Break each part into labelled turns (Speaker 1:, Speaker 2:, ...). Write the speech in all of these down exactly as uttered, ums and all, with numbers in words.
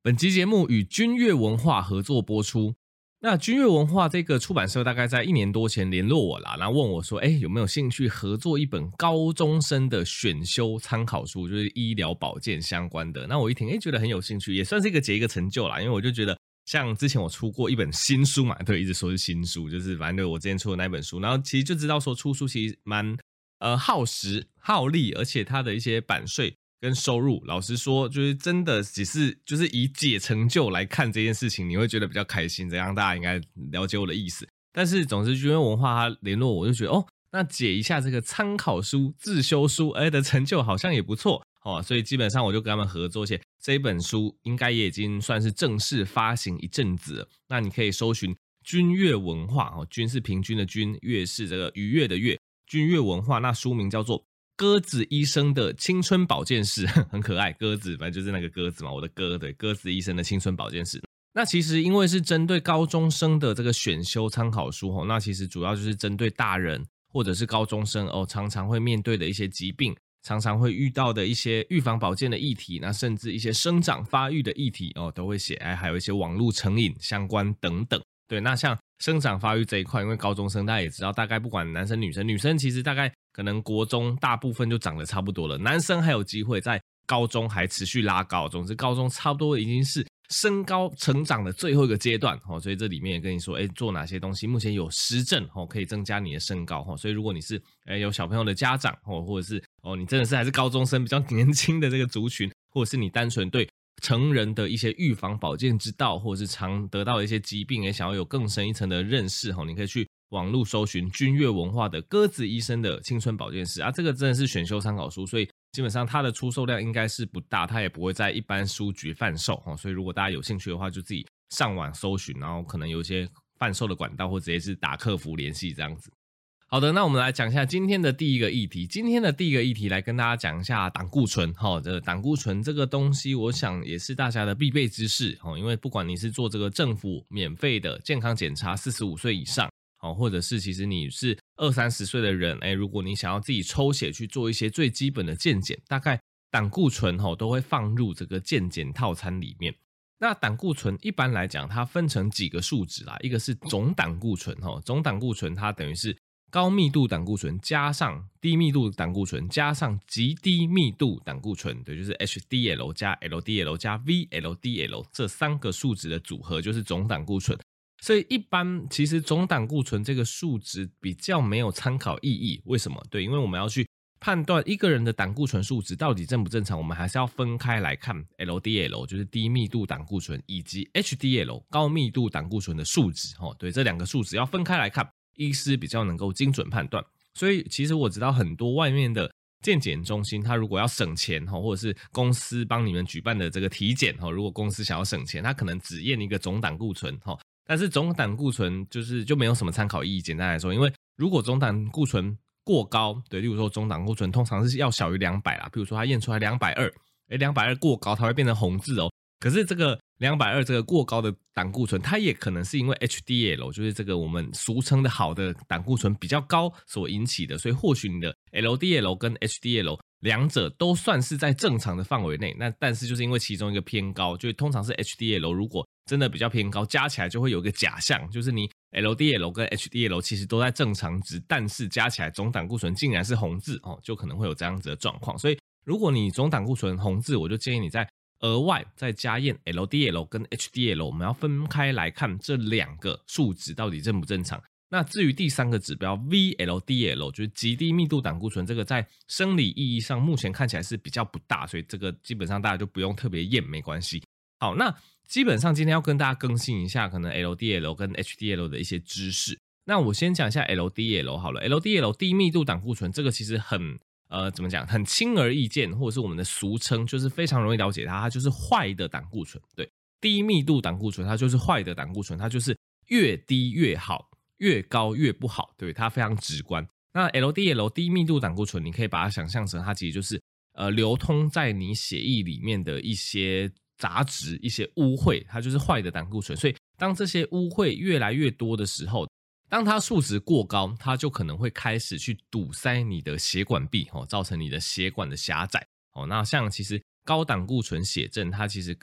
Speaker 1: 本集节目与君悦文化合作播出。那君悦文化这个出版社大概在一年多前联络我啦，然后问我说，哎，有没有兴趣合作一本高中生的选修参考书，就是医疗保健相关的。那我一听，哎，觉得很有兴趣，也算是一个结一个成就啦，因为我就觉得像之前我出过一本新书嘛，对，一直说是新书，就是反正我之前出的那本书，然后其实就知道说出书其实蛮呃耗时耗力，而且它的一些版税跟收入，老实说，就是真的只是就是以解成就来看这件事情，你会觉得比较开心，这样大家应该了解我的意思。但是总之君悦文化他联络我，就觉得哦，那解一下这个参考书自修书哎的成就好像也不错哦，所以基本上我就跟他们合作，而且这一本书应该也已经算是正式发行一阵子了。那你可以搜寻君悦文化哦，君是平均的君，悦是这个愉悦的悦，君悦文化，那书名叫做鸽子医生的青春保健室，很可爱，鸽子反正就是那个鸽子嘛，我的鸽，对，鸽子医生的青春保健室。那其实因为是针对高中生的这个选修参考书，那其实主要就是针对大人或者是高中生哦，常常会面对的一些疾病，常常会遇到的一些预防保健的议题，那甚至一些生长发育的议题哦，都会写，还有一些网络成瘾相关等等。对，那像生长发育这一块，因为高中生大家也知道，大概不管男生女生，女生其实大概可能国中大部分就长得差不多了，男生还有机会在高中还持续拉高，总之高中差不多已经是身高成长的最后一个阶段，所以这里面也跟你说，哎，做哪些东西目前有实证可以增加你的身高，所以如果你是有小朋友的家长，或者是你真的是还是高中生比较年轻的这个族群，或者是你单纯对成人的一些预防保健之道，或者是常得到的一些疾病也想要有更深一层的认识，你可以去网络搜寻君悦文化的鸽子医生的青春保健室啊，这个真的是选修参考书，所以基本上它的出售量应该是不大，它也不会在一般书局贩售，所以如果大家有兴趣的话，就自己上网搜寻，然后可能有一些贩售的管道，或直接是打客服联系这样子。好的，那我们来讲一下今天的第一个议题。今天的第一个议题来跟大家讲一下胆固醇。齁，这个胆固醇这个东西，我想也是大家的必备知识。齁，因为不管你是做这个政府免费的健康检查，四十五岁以上，齁，或者是其实你是二三十岁的人，哎，如果你想要自己抽血去做一些最基本的健检，大概胆固醇齁都会放入这个健检套餐里面。那胆固醇一般来讲，它分成几个数值啦，一个是总胆固醇，齁，总胆固醇它等于是高密度胆固醇加上低密度胆固醇加上极低密度胆固醇，对，就是 H D L 加 L D L 加 V L D L 这三个数值的组合就是总胆固醇。所以一般其实总胆固醇这个数值比较没有参考意义，为什么？对，因为我们要去判断一个人的胆固醇数值到底正不正常，我们还是要分开来看 L D L 就是低密度胆固醇以及 H D L 高密度胆固醇的数值，对，这两个数值要分开来看，医师比较能够精准判断。所以其实我知道很多外面的健检中心，他如果要省钱，或者是公司帮你们举办的这个体检，如果公司想要省钱，他可能只验一个总胆固醇，但是总胆固醇就是就没有什么参考意义。简单来说，因为如果总胆固醇过高，对，例如说总胆固醇通常是要小于两百啦，比如说他验出来两百二十，诶 ,两百二十 过高它会变成红字哦。可是这个两百二十这个过高的胆固醇，它也可能是因为 H D L 就是这个我们俗称的好的胆固醇比较高所引起的，所以或许你的 L D L 跟 H D L 两者都算是在正常的范围内，那但是就是因为其中一个偏高，就通常是 H D L 如果真的比较偏高，加起来就会有一个假象，就是你 L D L 跟 H D L 其实都在正常值，但是加起来总胆固醇竟然是红字，哦，就可能会有这样子的状况。所以如果你总胆固醇红字，我就建议你在额外再加验 L D L 跟 H D L， 我们要分开来看这两个数值到底正不正常。那至于第三个指标 V L D L 就是极低密度胆固醇，这个在生理意义上目前看起来是比较不大，所以这个基本上大家就不用特别验，没关系。好，那基本上今天要跟大家更新一下可能 L D L 跟 H D L 的一些知识。那我先讲一下 L D L 好了。 L D L 低密度胆固醇这个其实很呃，怎么讲，很轻而易见，或者是我们的俗称，就是非常容易了解它，它就是坏的胆固醇。对，低密度胆固醇它就是坏的胆固醇，它就是越低越好，越高越不好，对，它非常直观。那 L D L 低密度胆固醇，你可以把它想象成它其实就是呃流通在你血液里面的一些杂质、一些污秽，它就是坏的胆固醇。所以当这些污秽越来越多的时候，当它数值过高，它就可能会开始去堵塞你的血管壁，造成你的血管的狭窄。那像其实高胆固醇血症，它其实跟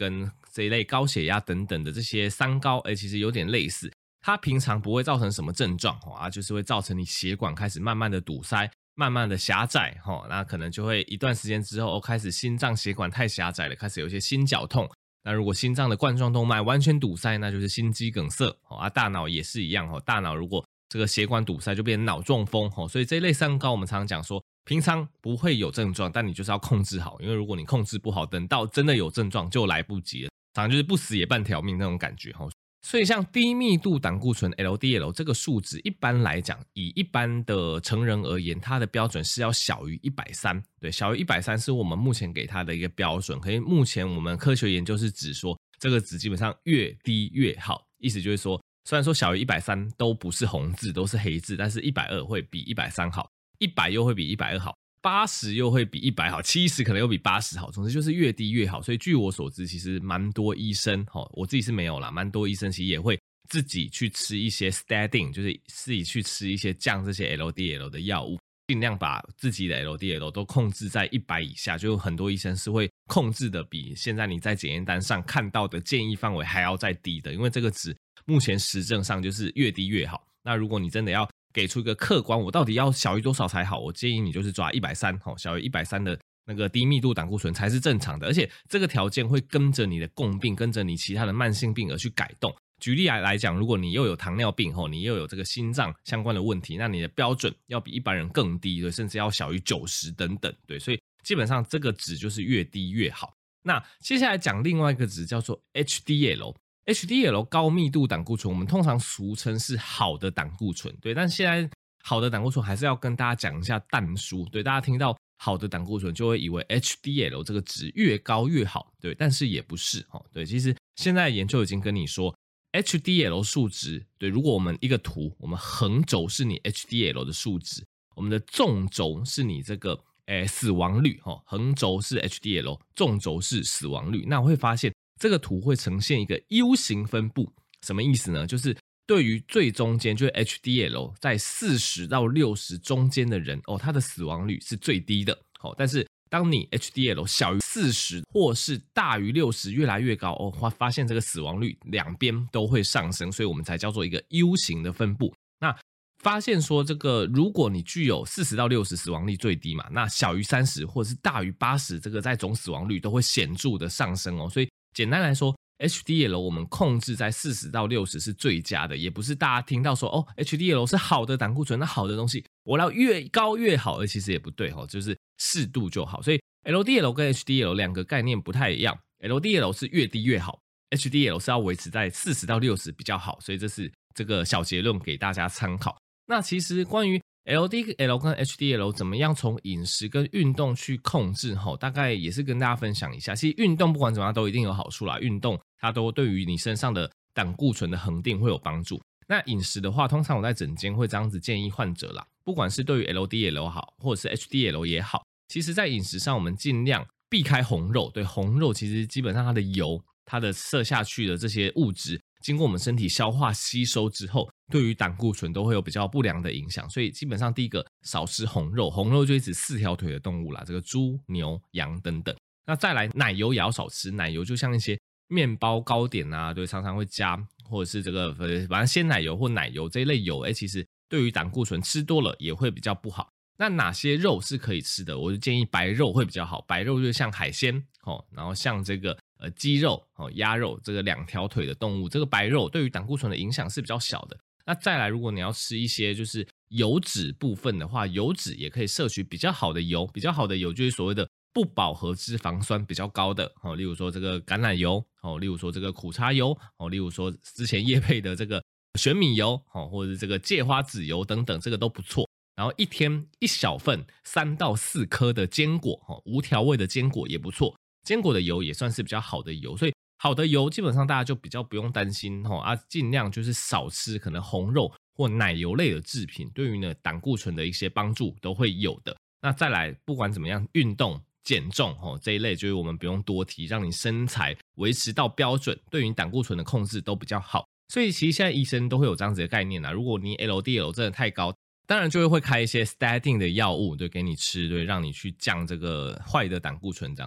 Speaker 1: 这一类高血压等等的这些三高，哎，其实有点类似。它平常不会造成什么症状啊，就是会造成你血管开始慢慢的堵塞，慢慢的狭窄，那可能就会一段时间之后，开始心脏血管太狭窄了，开始有一些心绞痛。那如果心脏的冠状动脉完全堵塞，那就是心肌梗塞啊。大脑也是一样，大脑如果这个血管堵塞，就变成脑中风。所以这一类三高，我们常常讲说，平常不会有症状，但你就是要控制好，因为如果你控制不好，等到真的有症状就来不及了，常常就是不死也半条命那种感觉。所以像低密度胆固醇 L D L 这个数值，一般来讲，以一般的成人而言，它的标准是要小于一百三十，对，小于一百三十是我们目前给它的一个标准。可是目前我们科学研究是指说，这个值基本上越低越好，意思就是说，虽然说小于一百三十都不是红字，都是黑字，但是一百二十会比一百三十好，一百又会比一百二十好，八十又会比一百好，七十可能又比八十好，总之就是越低越好。所以据我所知，其实蛮多医生，我自己是没有啦，蛮多医生其实也会自己去吃一些 statin， 就是自己去吃一些降这些 L D L 的药物，尽量把自己的 L D L 都控制在一百以下，就有很多医生是会控制的比现在你在检验单上看到的建议范围还要再低的，因为这个值目前实证上就是越低越好。那如果你真的要给出一个客观，我到底要小于多少才好？我建议你就是抓一百三十，小于一百三十的那个低密度胆固醇才是正常的，而且这个条件会跟着你的共病，跟着你其他的慢性病而去改动。举例来讲，如果你又有糖尿病，你又有这个心脏相关的问题，那你的标准要比一般人更低，对，甚至要小于九十等等，对，所以基本上这个值就是越低越好。那接下来讲另外一个值叫做 H D L。H D L 高密度胆固醇，我们通常俗称是好的胆固醇，对，但现在好的胆固醇还是要跟大家讲一下但书，对，大家听到好的胆固醇就会以为 H D L 这个值越高越好，对，但是也不是，对，其实现在研究已经跟你说 H D L 数值，对，如果我们一个图，我们横轴是你 H D L 的数值，我们的纵轴是你这个诶死亡率，横轴是 H D L， 纵轴是死亡率，那我会发现这个图会呈现一个 U 型分布，什么意思呢？就是对于最中间，就是 H D L 在四十到六十中间的人，哦，他的死亡率是最低的。哦，但是当你 H D L 小于四十或是大于六十越来越高，哦，发现这个死亡率两边都会上升，所以我们才叫做一个 U 型的分布。那发现说这个如果你具有四十到六十死亡率最低嘛，那小于三十或者是大于八十，这个在总死亡率都会显著的上升哦。所以简单来说 H D L 我们控制在四十到六十是最佳的，也不是大家听到说哦 H D L 是好的胆固醇，那好的东西我要越高越好，而其实也不对哦，就是适度就好。所以 L D L 跟 H D L 两个概念不太一样， L D L 是越低越好， H D L 是要维持在四十到六十比较好，所以这是这个小结论给大家参考。那其实关于 L D L 跟 H D L 怎么样从饮食跟运动去控制，大概也是跟大家分享一下。其实运动不管怎么样都一定有好处啦，运动它都对于你身上的胆固醇的恒定会有帮助。那饮食的话，通常我在诊间会这样子建议患者啦，不管是对于 L D L 好或者是 H D L 也好，其实在饮食上我们尽量避开红肉。对，红肉其实基本上它的油，它的摄下去的这些物质经过我们身体消化吸收之后，对于胆固醇都会有比较不良的影响，所以基本上第一个少吃红肉，红肉就指四条腿的动物啦，这个猪、牛、羊等等。那再来奶油也要少吃，奶油就像一些面包、糕点啊，对，常常会加，或者是这个反正鲜奶油或奶油这一类油，哎，其实对于胆固醇吃多了也会比较不好。那哪些肉是可以吃的？我就建议白肉会比较好，白肉就像海鲜，哦，然后像这个呃鸡肉、哦鸭肉，这个两条腿的动物，这个白肉对于胆固醇的影响是比较小的。那再来，如果你要吃一些就是油脂部分的话，油脂也可以摄取比较好的油，比较好的油就是所谓的不饱和脂肪酸比较高的，哦，例如说这个橄榄油，哦，例如说这个苦茶油，哦，例如说之前业配的这个玄米油，哦，或者是这个芥花籽油等等，这个都不错。然后一天一小份三到四颗的坚果，哦，无调味的坚果也不错，坚果的油也算是比较好的油，所以好的油基本上大家就比较不用担心，哦，啊，尽量就是少吃可能红肉或奶油类的制品，对于呢胆固醇的一些帮助都会有的。那再来不管怎么样，运动减重，哦，这一类就是我们不用多提，让你身材维持到标准，对于胆固醇的控制都比较好。所以其实现在医生都会有这样子的概念啦，如果你 L D L 真的太高，当然就会开一些 statin 的药物，对，给你吃，对，让你去降这个坏的胆固醇这样子。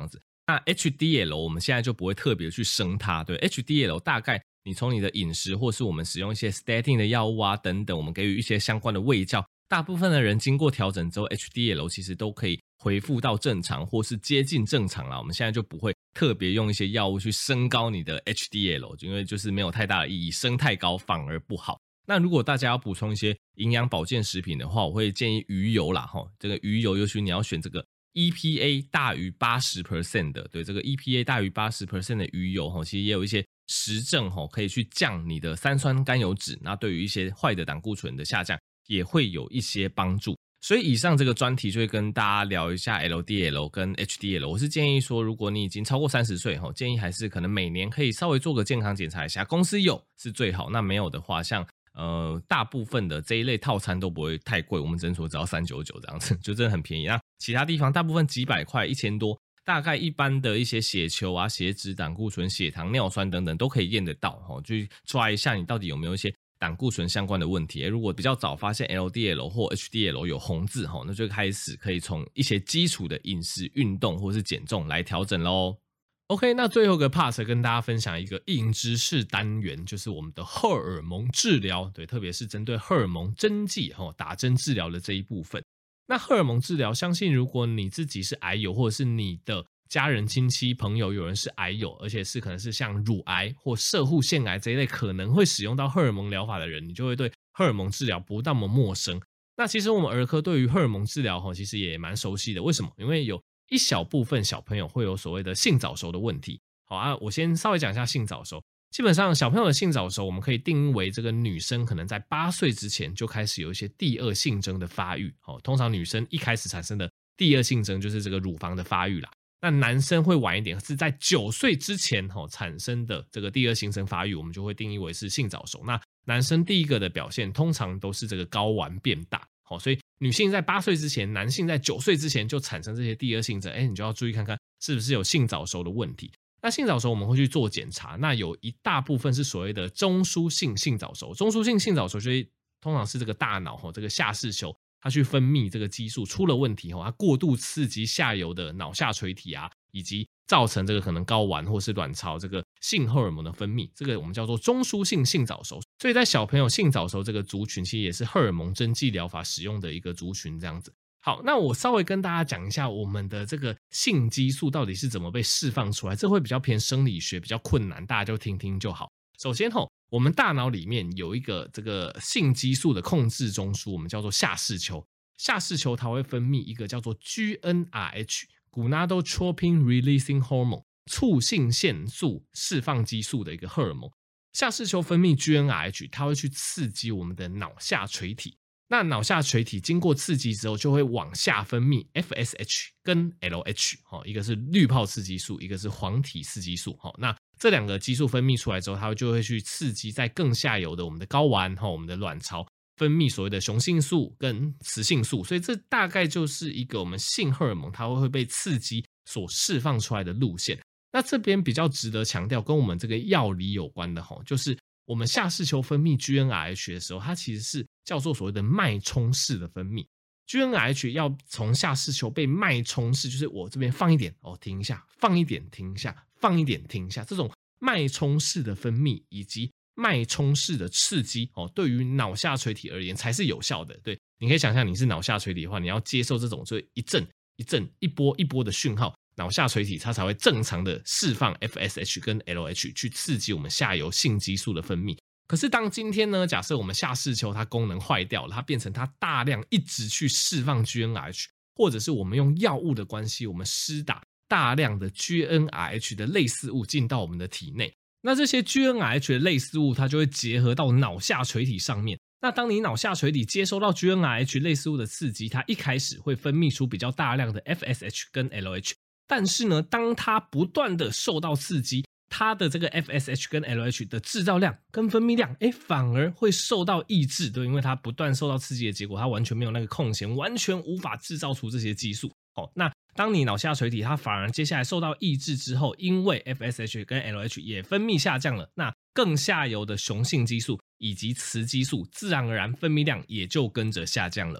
Speaker 1: 那 H D L 我们现在就不会特别去升它，对 H D L 大概你从你的饮食或是我们使用一些 statin 的药物啊等等，我们给予一些相关的卫教，大部分的人经过调整之后 H D L 其实都可以恢复到正常或是接近正常啦。我们现在就不会特别用一些药物去升高你的 H D L， 因为就是没有太大的意义，升太高反而不好。那如果大家要补充一些营养保健食品的话，我会建议鱼油啦，这个鱼油尤其你要选这个 E P A 大于 百分之八十 的，对，这个 E P A 大于 百分之八十 的鱼油其实也有一些实证可以去降你的三酸甘油酯，那对于一些坏的胆固醇的下降也会有一些帮助。所以以上这个专题就会跟大家聊一下 L D L 跟 H D L。 我是建议说，如果你已经超过三十岁，建议还是可能每年可以稍微做个健康检查一下，公司有是最好，那没有的话，像呃大部分的这一类套餐都不会太贵，我们诊所只要三百九十九这样子，就真的很便宜。那其他地方大部分几百块，一千多，大概一般的一些血球啊、血脂、胆固醇、血糖、尿酸等等都可以验得到，去抓一下你到底有没有一些胆固醇相关的问题。如果比较早发现 L D L 或 H D L 有红字，那就开始可以从一些基础的饮食、运动或是减重来调整咯。OK， 那最后一个 part 跟大家分享一个硬知识单元，就是我们的荷尔蒙治疗，对，特别是针对荷尔蒙针剂打针治疗的这一部分。那荷尔蒙治疗，相信如果你自己是癌友，或者是你的家人亲戚朋友有人是癌友，而且是可能是像乳癌或攝護腺癌这一类可能会使用到荷尔蒙疗法的人，你就会对荷尔蒙治疗不那么陌生。那其实我们儿科对于荷尔蒙治疗其实也蛮熟悉的，为什么？因为有一小部分小朋友会有所谓的性早熟的问题。好啊，我先稍微讲一下性早熟。基本上小朋友的性早熟，我们可以定义为这个女生可能在八岁之前就开始有一些第二性征的发育。通常女生一开始产生的第二性征就是这个乳房的发育啦。那男生会晚一点，是在九岁之前产生的这个第二性征发育，我们就会定义为是性早熟。那男生第一个的表现通常都是这个睾丸变大，所以女性在八岁之前，男性在九岁之前就产生这些第二性征，哎，你就要注意看看是不是有性早熟的问题。那性早熟我们会去做检查，那有一大部分是所谓的中枢性性早熟。中枢性性早熟就是通常是这个大脑这个下视球它去分泌这个激素出了问题，它过度刺激下游的脑下垂体啊，以及造成这个可能睾丸或是卵巢这个性荷尔蒙的分泌，这个我们叫做中枢性性早熟。所以在小朋友性早熟这个族群，其实也是荷尔蒙针剂疗法使用的一个族群这样子。好，那我稍微跟大家讲一下我们的这个性激素到底是怎么被释放出来，这会比较偏生理学，比较困难，大家就听听就好。首先吼，我们大脑里面有一个这个性激素的控制中枢，我们叫做下视丘。下视丘它会分泌一个叫做 G N R H、Gonadotropin Releasing Hormone 促性腺素释放激素的一个荷尔蒙。下视丘分泌 G N R H， 它会去刺激我们的脑下垂体。那脑下垂体经过刺激之后，就会往下分泌 F S H 跟 L H， 一个是滤泡刺激素，一个是黄体刺激素。那这两个激素分泌出来之后，它就会去刺激在更下游的我们的睾丸、我们的卵巢，分泌所谓的雄性素跟雌性素。所以这大概就是一个我们性荷尔蒙它会被刺激所释放出来的路线。那这边比较值得强调跟我们这个药理有关的，就是我们下视丘分泌 G N R H 的时候，它其实是叫做所谓的脉冲式的分泌。G N R H 要从下视丘被脉冲式，就是我这边放一点哦，停一下，放一点停一下，放一点停一下，这种脉冲式的分泌以及脉冲式的刺激哦，对于脑下垂体而言才是有效的。对，你可以想象你是脑下垂体的话，你要接受这种就一阵一阵一波一波的讯号，脑下垂体它才会正常的释放 F S H 跟 L H 去刺激我们下游性激素的分泌。可是当今天呢，假设我们下视丘它功能坏掉了，它变成它大量一直去释放 G N R H， 或者是我们用药物的关系，我们施打大量的 G N R H 的类似物进到我们的体内，那这些 G N R H 的类似物它就会结合到脑下垂体上面。那当你脑下垂体接收到 G N R H 类似物的刺激，它一开始会分泌出比较大量的 F S H 跟 L H， 但是呢，当它不断的受到刺激，它的这个 F S H 跟 L H 的制造量跟分泌量，哎，反而会受到抑制。对，因为它不断受到刺激的结果，它完全没有那个空闲，完全无法制造出这些激素。哦，那当你脑下垂体它反而接下来受到抑制之后，因为 F S H 跟 L H 也分泌下降了，那更下游的雄性激素以及雌激素自然而然分泌量也就跟着下降了。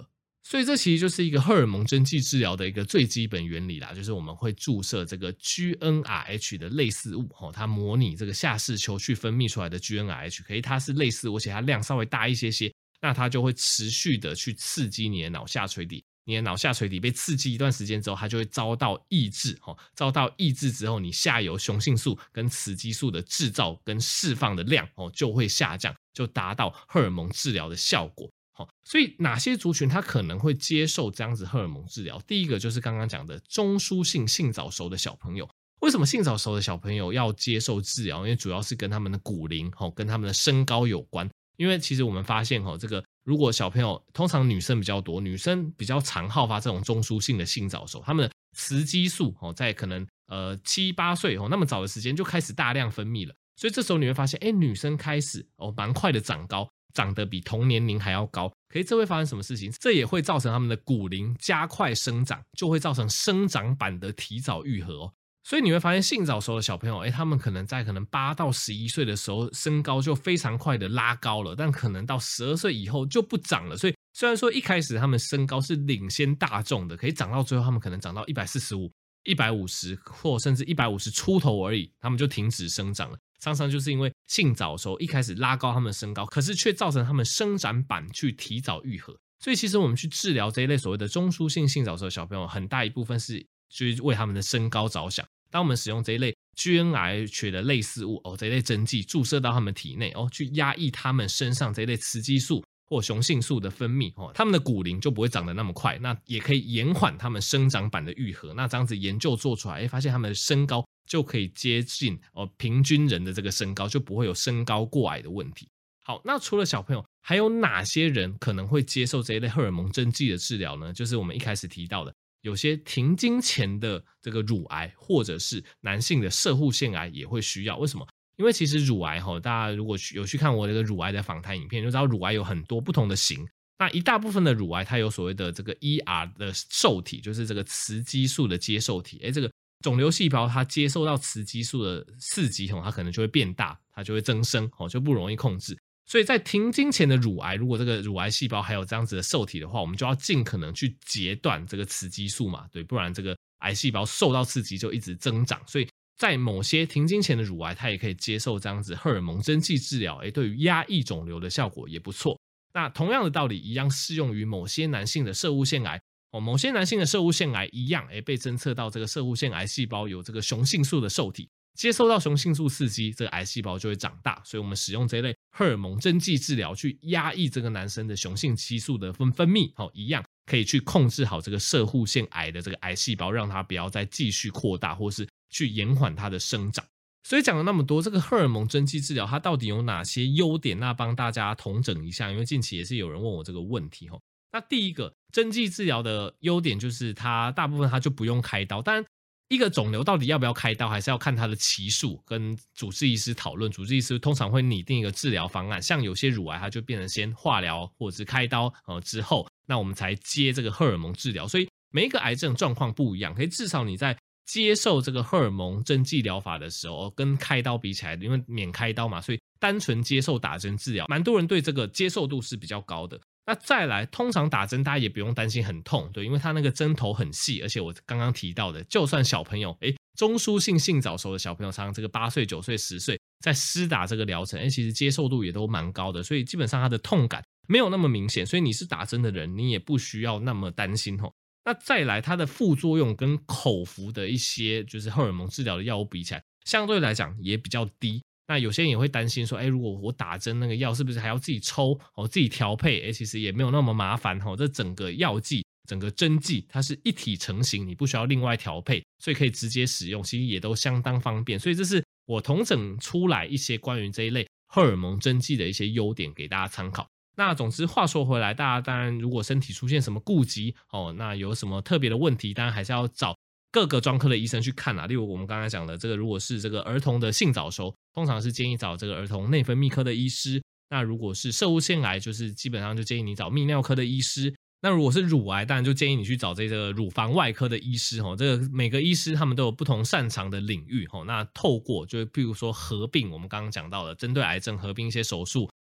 Speaker 1: 所以这其实就是一个荷尔蒙针剂治疗的一个最基本原理啦，就是我们会注射这个 G N R H 的类似物，它模拟这个下视球去分泌出来的 G N R H， 可以它是类似物，而且它量稍微大一些些，那它就会持续的去刺激你的脑下垂体。你的脑下垂体被刺激一段时间之后，它就会遭到抑制，遭到抑制之后，你下游雄性素跟雌激素的制造跟释放的量就会下降，就达到荷尔蒙治疗的效果。所以哪些族群他可能会接受这样子荷尔蒙治疗？第一个就是刚刚讲的中枢性性早熟的小朋友。为什么性早熟的小朋友要接受治疗？因为主要是跟他们的骨龄跟他们的身高有关。因为其实我们发现这个如果小朋友通常女生比较多，女生比较常好发这种中枢性的性早熟，他们的雌激素在可能呃七八岁那么早的时间就开始大量分泌了，所以这时候你会发现，哎，女生开始哦蛮快的长高。长得比同年龄还要高，可是这会发生什么事情？这也会造成他们的骨龄加快生长，就会造成生长板的提早愈合哦。所以你会发现性早熟的小朋友，哎，他们可能在可能八到十一岁的时候，身高就非常快的拉高了，但可能到十二岁以后就不长了。所以虽然说一开始他们身高是领先大众的，可以长到最后他们可能长到一百四十五、一百五十或甚至一百五十出头而已，他们就停止生长了。常常就是因为性早熟一开始拉高他们的身高，可是却造成他们生长板去提早愈合。所以其实我们去治疗这一类所谓的中枢性性早熟的小朋友，很大一部分是就是为他们的身高着想。当我们使用这一类 G N R H 的类似物哦，这一类针剂注射到他们体内哦，去压抑他们身上这一类雌激素或雄性素的分泌哦，他们的骨龄就不会长得那么快，那也可以延缓他们生长板的愈合。那这样子研究做出来，哎，发现他们的身高就可以接近哦平均人的这个身高，就不会有身高过矮的问题。好，那除了小朋友，还有哪些人可能会接受这一类荷尔蒙针剂的治疗呢？就是我们一开始提到的，有些停经前的这个乳癌，或者是男性的攝護腺癌也会需要。为什么？因为其实乳癌大家如果有去看我这个乳癌的访谈影片，就知道乳癌有很多不同的型。那一大部分的乳癌它有所谓的这个 E R 的受体，就是这个雌激素的接受体。诶，这个肿瘤细胞它接受到雌激素的刺激，它可能就会变大，它就会增生，就不容易控制。所以在停经前的乳癌，如果这个乳癌细胞还有这样子的受体的话，我们就要尽可能去截断这个雌激素嘛，对，不然这个癌细胞受到刺激就一直增长。所以在某些停经前的乳癌，它也可以接受这样子荷尔蒙针剂治疗，对于压抑肿瘤的效果也不错。那同样的道理一样适用于某些男性的攝護腺癌，某些男性的攝護腺癌一样被侦测到这个攝護腺癌细胞有这个雄性素的受体，接受到雄性素刺激，这个癌细胞就会长大。所以我们使用这一类荷尔蒙针剂治疗去压抑这个男生的雄性激素的分分泌，一样可以去控制好这个攝護腺癌的这个癌细胞，让它不要再继续扩大，或是去延缓它的生长。所以讲了那么多，这个荷尔蒙针剂治疗它到底有哪些优点？那帮大家统整一下，因为近期也是有人问我这个问题。那第一个，针剂治疗的优点就是它大部分它就不用开刀，当然一个肿瘤到底要不要开刀，还是要看它的期数，跟主治医师讨论。主治医师通常会拟定一个治疗方案，像有些乳癌它就变成先化疗或者是开刀、呃、之后，那我们才接这个荷尔蒙治疗。所以每一个癌症状况不一样，可以至少你在接受这个荷尔蒙针剂疗法的时候，跟开刀比起来，因为免开刀嘛，所以单纯接受打针治疗，蛮多人对这个接受度是比较高的。那再来，通常打针大家也不用担心很痛，对，因为它那个针头很细，而且我刚刚提到的，就算小朋友，诶，中枢性性早熟的小朋友，常常这个八岁、九岁、十岁，在施打这个疗程，诶，其实接受度也都蛮高的，所以基本上它的痛感没有那么明显，所以你是打针的人，你也不需要那么担心吼。那再来，它的副作用跟口服的一些就是荷尔蒙治疗的药物比起来，相对来讲也比较低。那有些人也会担心说，哎，如果我打针那个药是不是还要自己抽、哦、自己调配？哎，其实也没有那么麻烦、哦、这整个药剂、整个针剂它是一体成型，你不需要另外调配，所以可以直接使用，其实也都相当方便。所以这是我统整出来一些关于这一类荷尔蒙针剂的一些优点给大家参考。那总之话说回来，大家当然如果身体出现什么顾疾、哦、那有什么特别的问题，当然还是要找各个专科的医生去看啦。例如我们刚才讲的这个，如果是这个儿童的性早熟，通常是建议找这个儿童内分泌科的医师。那如果是攝護腺癌，就是基本上就建议你找泌尿科的医师。那如果是乳癌，当然就建议你去找这个乳房外科的医师。这个每个医师他们都有不同擅长的领域。那透过就譬如说合并我们刚刚讲到的针对癌症合并一些手术，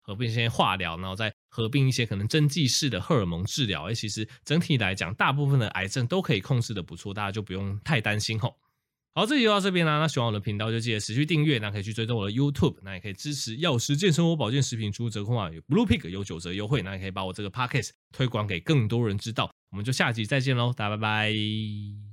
Speaker 1: 合并一些化疗，然后再合并一些可能针剂式的荷尔蒙治疗，哎，其实整体来讲，大部分的癌症都可以控制的不错，大家就不用太担心吼。好，这集就到这边啦。那喜欢我的频道就记得持续订阅，那可以去追踪我的 YouTube， 那也可以支持药师健生活保健食品出折扣码有 Blue Pig 有九折优惠，那也可以把我这个 Podcast 推广给更多人知道。我们就下集再见喽，大家拜拜。